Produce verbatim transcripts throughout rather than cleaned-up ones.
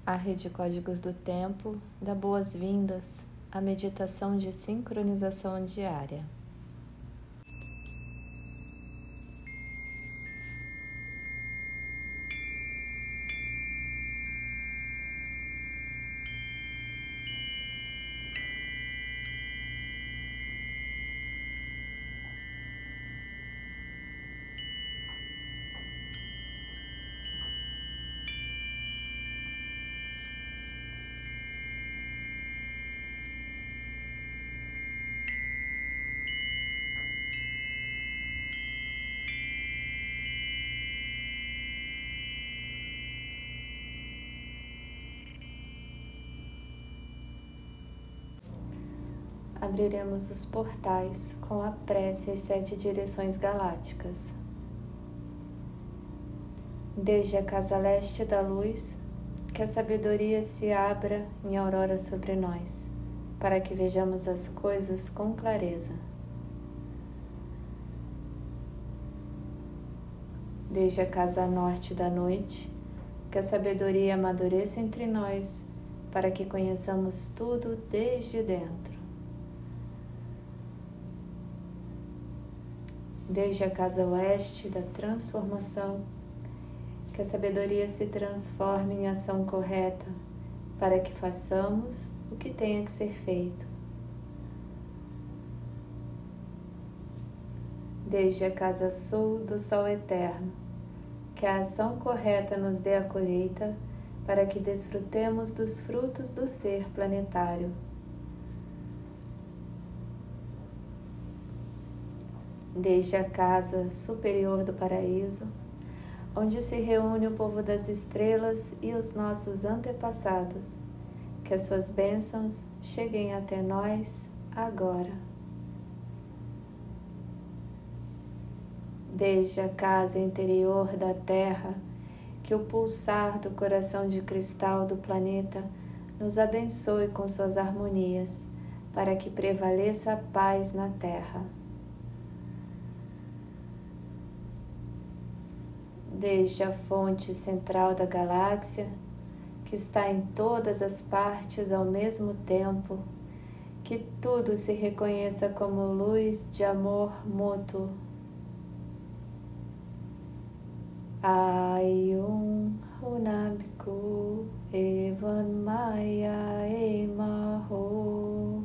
A Rede Códigos do Tempo dá boas-vindas à meditação de sincronização diária. Abriremos os portais com a prece às sete direções galácticas. Desde a casa leste da luz, que a sabedoria se abra em aurora sobre nós, para que vejamos as coisas com clareza. Desde a casa norte da noite, que a sabedoria amadureça entre nós, para que conheçamos tudo desde dentro. Desde a casa oeste da transformação, que a sabedoria se transforme em ação correta, para que façamos o que tenha que ser feito. Desde a casa sul do sol eterno, que a ação correta nos dê a colheita, para que desfrutemos dos frutos do ser planetário. Desde a casa superior do paraíso, onde se reúne o povo das estrelas e os nossos antepassados, que as suas bênçãos cheguem até nós agora. Desde a casa interior da Terra, que o pulsar do coração de cristal do planeta nos abençoe com suas harmonias, para que prevaleça a paz na Terra. Desde a fonte central da galáxia, que está em todas as partes ao mesmo tempo, que tudo se reconheça como luz de amor mútuo. Ayum Hunabku Evan Maya Emaho.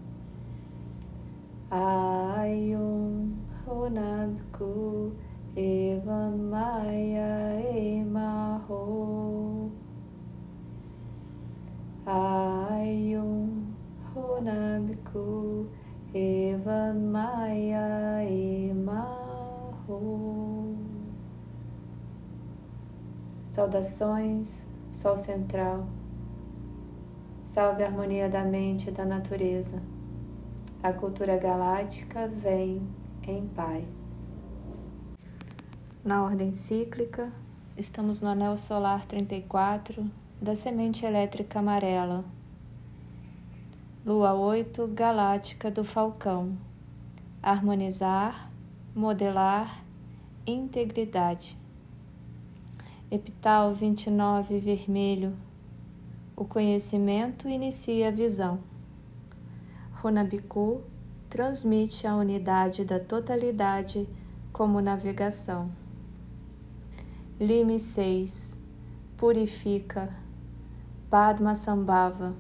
Ayum Hunabku Evan Maya Emaho. Ayum Hunabku Evan Maya Emaho. Saudações, Sol Central. Salve a harmonia da mente e da natureza. A cultura galáctica vem em paz. Na ordem cíclica, estamos no anel solar trinta e quatro da semente elétrica amarela. Lua oito galáctica do Falcão. Harmonizar, modelar, integridade. Epital vinte e nove vermelho. O conhecimento inicia a visão. Runabiku transmite a unidade da totalidade como navegação. Lime seis, purifica, Padmasambhava.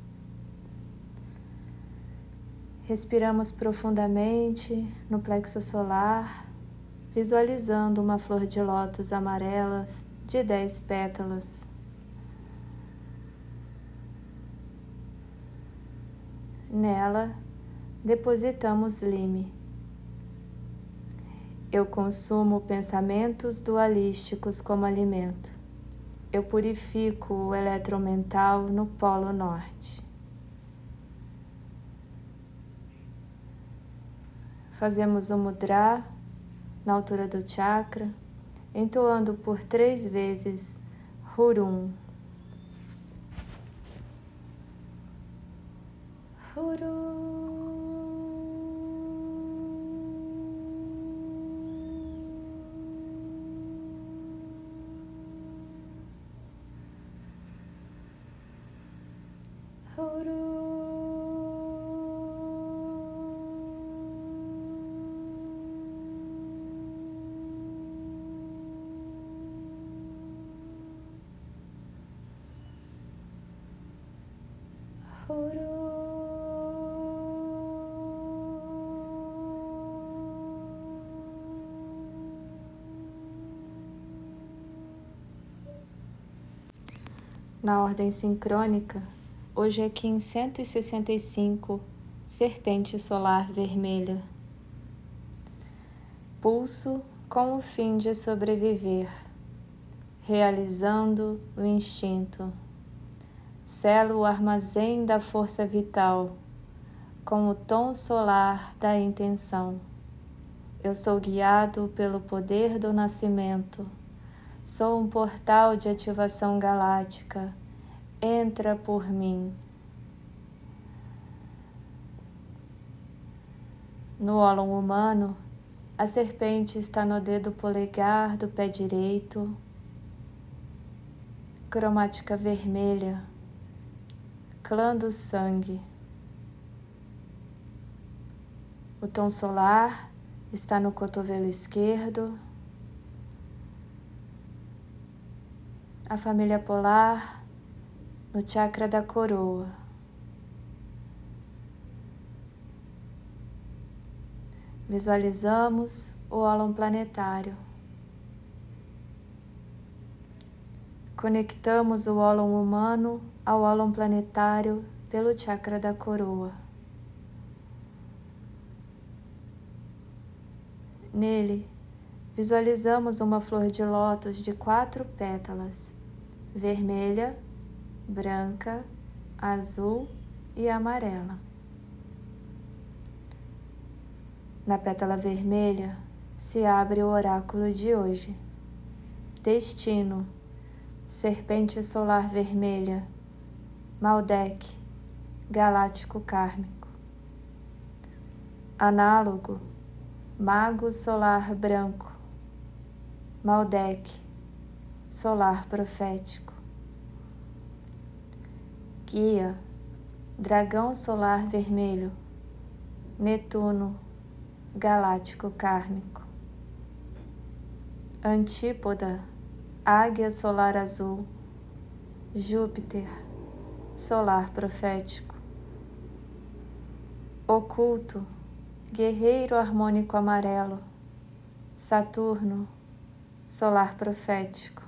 Respiramos profundamente no plexo solar, visualizando uma flor de lótus amarela de dez pétalas. Nela, depositamos lime. Eu consumo pensamentos dualísticos como alimento. Eu purifico o eletromental no Polo Norte. Fazemos o mudra na altura do chakra, entoando por três vezes Hurum. Hurum. Na ordem sincrônica, hoje aqui em cento e sessenta e cinco, Serpente Solar Vermelha. Pulso com o fim de sobreviver, realizando o instinto. Selo o armazém da força vital, com o tom solar da intenção. Eu sou guiado pelo poder do nascimento. Sou um portal de ativação galáctica. Entra por mim. No ólon humano, a serpente está no dedo polegar do pé direito. Cromática vermelha. Clã do sangue. O tom solar está no cotovelo esquerdo. A família polar no chakra da coroa. Visualizamos o ólon planetário. Conectamos o ólon humano ao ólon planetário pelo chakra da coroa. Nele, visualizamos uma flor de lótus de quatro pétalas, vermelha, branca, azul e amarela. Na pétala vermelha se abre o oráculo de hoje. Destino, serpente solar vermelha, Maldek, galáctico kármico. Análogo, mago solar branco, Maldek, solar profético. Guia, dragão solar vermelho, Netuno, galáctico kármico. Antípoda, águia solar azul, Júpiter, solar profético. Oculto, guerreiro harmônico amarelo, Saturno, solar profético.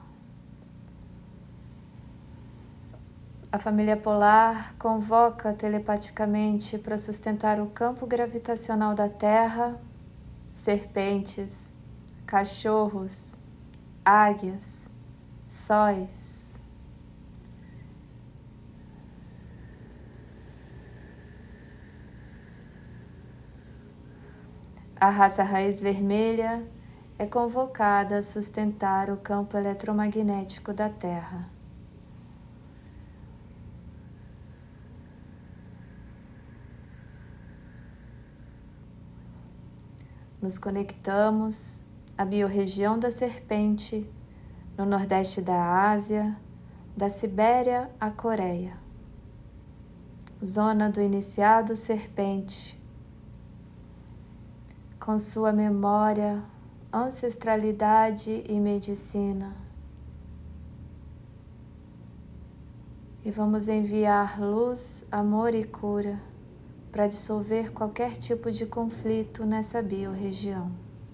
A família polar convoca telepaticamente para sustentar o campo gravitacional da Terra, serpentes, cachorros, águias, sóis. A raça raiz vermelha é convocada a sustentar o campo eletromagnético da Terra. Nos conectamos à biorregião da serpente, no nordeste da Ásia, da Sibéria à Coreia. Zona do iniciado serpente, com sua memória, ancestralidade e medicina. E vamos enviar luz, amor e cura para dissolver qualquer tipo de conflito nessa biorregião.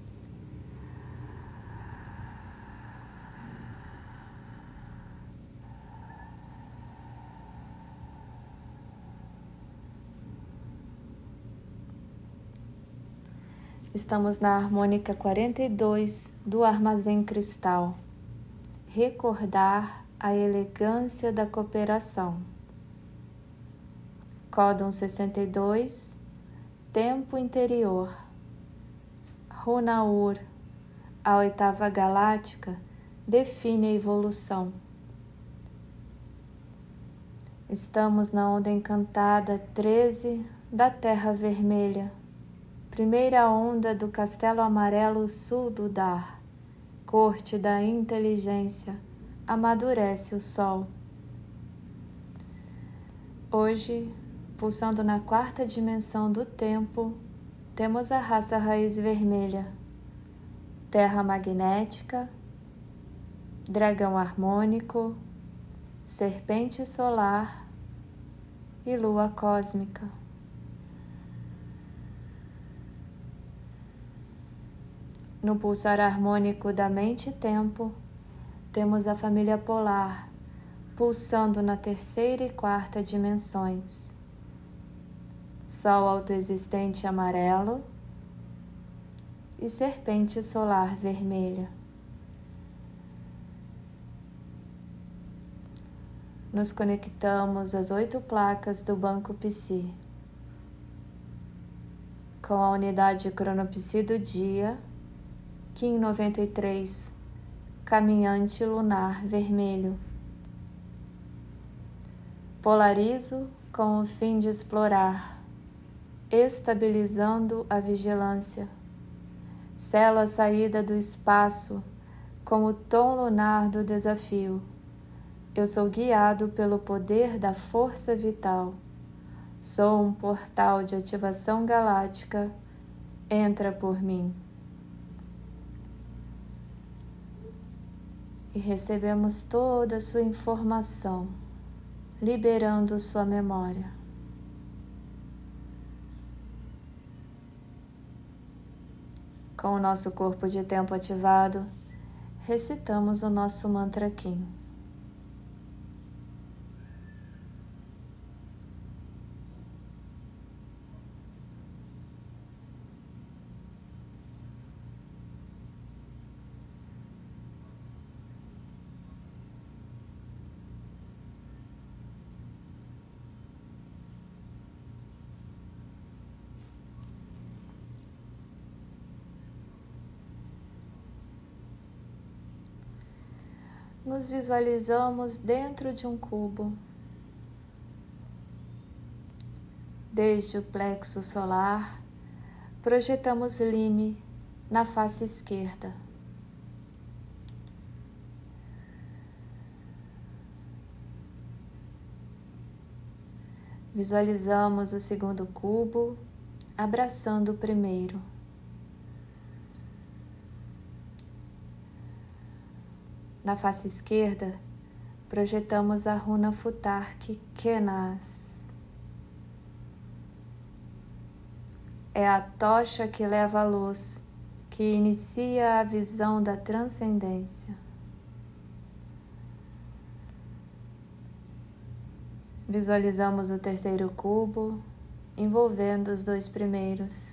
Estamos na harmônica quarenta e dois do armazém cristal. Recordar a elegância da cooperação. Códon sessenta e dois, Tempo Interior. Runaur, a oitava galáctica, define a evolução. Estamos na onda encantada treze da Terra Vermelha, primeira onda do Castelo Amarelo Sul do Dar, corte da inteligência, amadurece o Sol. Hoje, pulsando na quarta dimensão do tempo, temos a raça raiz vermelha, terra magnética, dragão harmônico, serpente solar e lua cósmica. No pulsar harmônico da mente e tempo, temos a família polar, pulsando na terceira e quarta dimensões. Sol autoexistente amarelo e serpente solar vermelha. Nos conectamos às oito placas do Banco Psi, com a unidade cronopsi do dia, Kim noventa e três, caminhante lunar vermelho. Polarizo com o fim de explorar, estabilizando a vigilância. Selo a saída do espaço com o tom lunar do desafio. Eu sou guiado pelo poder da força vital. Sou um portal de ativação galáctica. Entra por mim. E recebemos toda a sua informação, liberando sua memória. Com o nosso corpo de tempo ativado, recitamos o nosso mantra Kim. Nos visualizamos dentro de um cubo. Desde o plexo solar, projetamos lime na face esquerda. Visualizamos o segundo cubo abraçando o primeiro. Na face esquerda, projetamos a runa Futark Kenas. É a tocha que leva a luz, que inicia a visão da transcendência. Visualizamos o terceiro cubo, envolvendo os dois primeiros.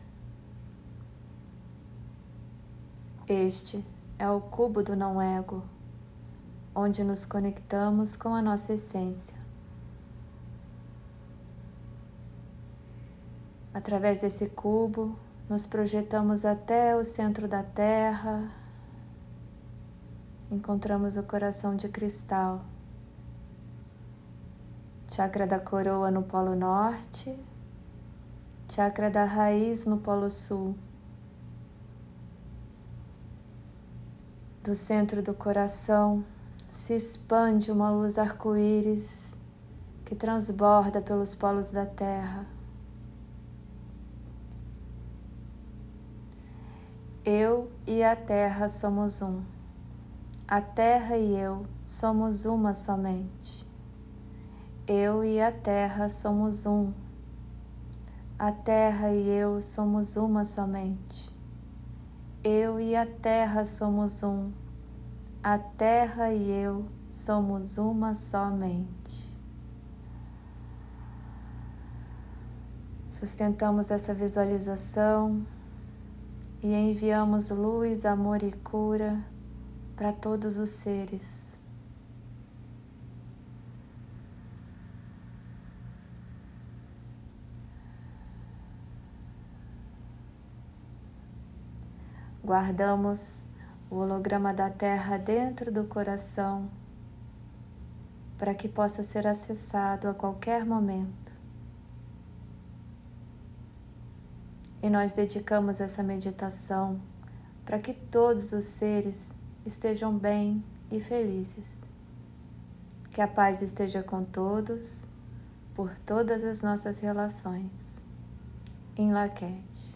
Este é o cubo do não-ego, onde nos conectamos com a nossa essência. Através desse cubo, nos projetamos até o centro da Terra, encontramos o coração de cristal, chakra da coroa no polo norte, chakra da raiz no polo sul. Do centro do coração se expande uma luz arco-íris que transborda pelos polos da Terra. Eu e a Terra somos um. A Terra e eu somos uma somente. Eu e a Terra somos um. A Terra e eu somos uma somente. Eu e a Terra somos um. A Terra e eu somos uma somente. Sustentamos essa visualização e enviamos luz, amor e cura para todos os seres. Guardamos o holograma da Terra dentro do coração para que possa ser acessado a qualquer momento. E nós dedicamos essa meditação para que todos os seres estejam bem e felizes. Que a paz esteja com todos, por todas as nossas relações. Em Laquete.